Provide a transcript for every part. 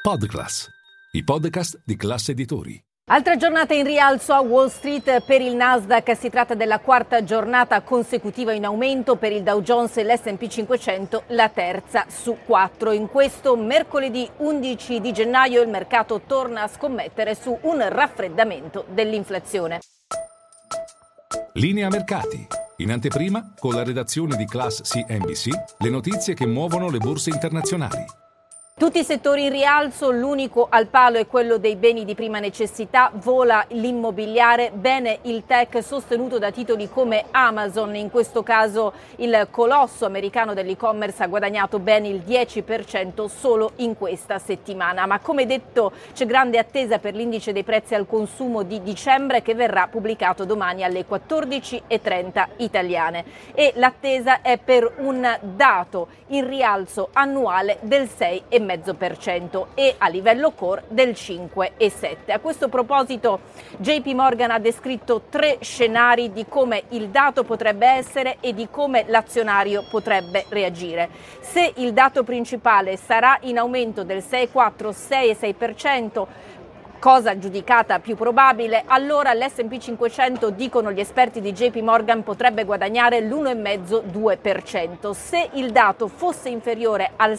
Podclass, i podcast di Class Editori. Altra giornata in rialzo a Wall Street per il Nasdaq. Si tratta della quarta giornata consecutiva in aumento per il Dow Jones e l'S&P 500, la terza su 4. In questo mercoledì 11 di gennaio il mercato torna a scommettere su un raffreddamento dell'inflazione. Linea mercati. In anteprima, con la redazione di Class CNBC, le notizie che muovono le borse internazionali. Tutti i settori in rialzo, l'unico al palo è quello dei beni di prima necessità, vola l'immobiliare, bene il tech sostenuto da titoli come Amazon. In questo caso il colosso americano dell'e-commerce ha guadagnato ben il 10% solo in questa settimana. Ma come detto c'è grande attesa per l'indice dei prezzi al consumo di dicembre che verrà pubblicato domani alle 14:30 italiane e l'attesa è per un dato in rialzo annuale del 6,5% e a livello core del 5,7%. A questo proposito JP Morgan ha descritto 3 scenari di come il dato potrebbe essere e di come l'azionario potrebbe reagire. Se il dato principale sarà in aumento del 6,4-6,6%, cosa giudicata più probabile, allora l'S&P 500, dicono gli esperti di JP Morgan, potrebbe guadagnare l'1,5-2%. Se il dato fosse inferiore al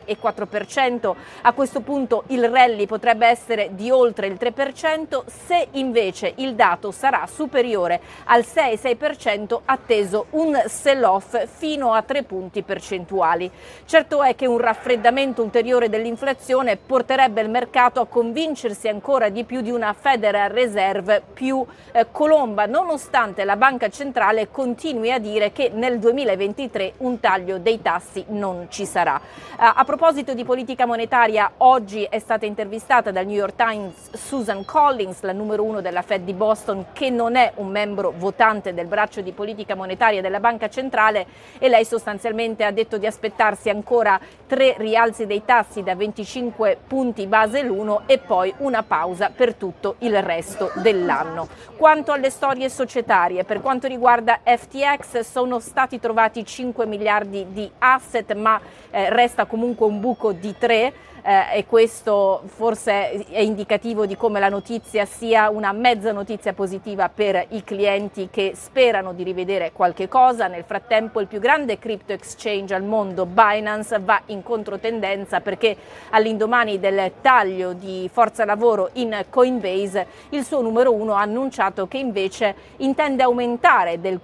6,4%, a questo punto il rally potrebbe essere di oltre il 3%. Se invece il dato sarà superiore al 6,6%, atteso un sell-off fino a 3 punti percentuali. Certo è che un raffreddamento ulteriore dell'inflazione porterebbe il mercato a convincersi ancora di più di una Federal Reserve più colomba, nonostante la banca centrale continui a dire che nel 2023 un taglio dei tassi non ci sarà. A proposito di politica monetaria, oggi è stata intervistata dal New York Times Susan Collins, la numero 1 della Fed di Boston, che non è un membro votante del braccio di politica monetaria della banca centrale, e lei sostanzialmente ha detto di aspettarsi ancora 3 rialzi dei tassi da 25 punti base l'uno e poi una pausa per tutto il resto dell'anno. Quanto alle storie societarie, per quanto riguarda FTX sono stati trovati 5 miliardi di asset, ma resta comunque un buco di 3. E questo forse è indicativo di come la notizia sia una mezza notizia positiva per i clienti che sperano di rivedere qualche cosa. Nel frattempo il più grande crypto exchange al mondo, Binance, va in controtendenza perché all'indomani del taglio di forza lavoro in Coinbase il suo numero 1 ha annunciato che invece intende aumentare del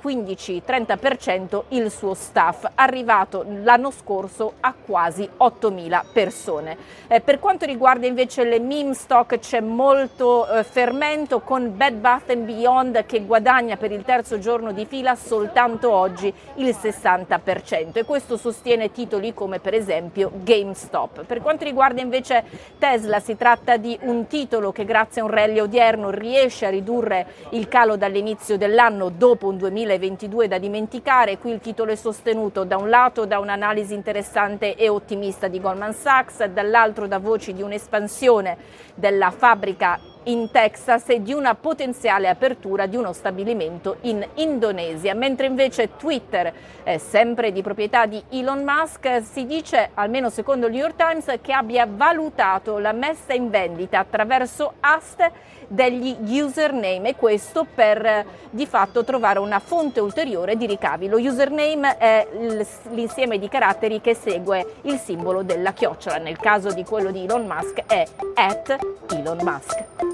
15-30% il suo staff, arrivato l'anno scorso a quasi 8.000 persone. Per quanto riguarda invece le meme stock c'è molto fermento, con Bed Bath & Beyond che guadagna per il terzo giorno di fila soltanto oggi il 60%, e questo sostiene titoli come per esempio GameStop. Per quanto riguarda invece Tesla, si tratta di un titolo che grazie a un rally odierno riesce a ridurre il calo dall'inizio dell'anno dopo un 2022 da dimenticare. Qui il titolo è sostenuto da un lato da un'analisi interessante e ottimista di Goldman Sachs, dall'altro da voci di un'espansione della fabbrica in Texas e di una potenziale apertura di uno stabilimento in Indonesia, mentre invece Twitter, sempre di proprietà di Elon Musk, si dice, almeno secondo il New York Times, che abbia valutato la messa in vendita attraverso aste degli username, e questo per di fatto trovare una fonte ulteriore di ricavi. Lo username è l'insieme di caratteri che segue il simbolo della chiocciola, nel caso di quello di Elon Musk è @Elon Musk.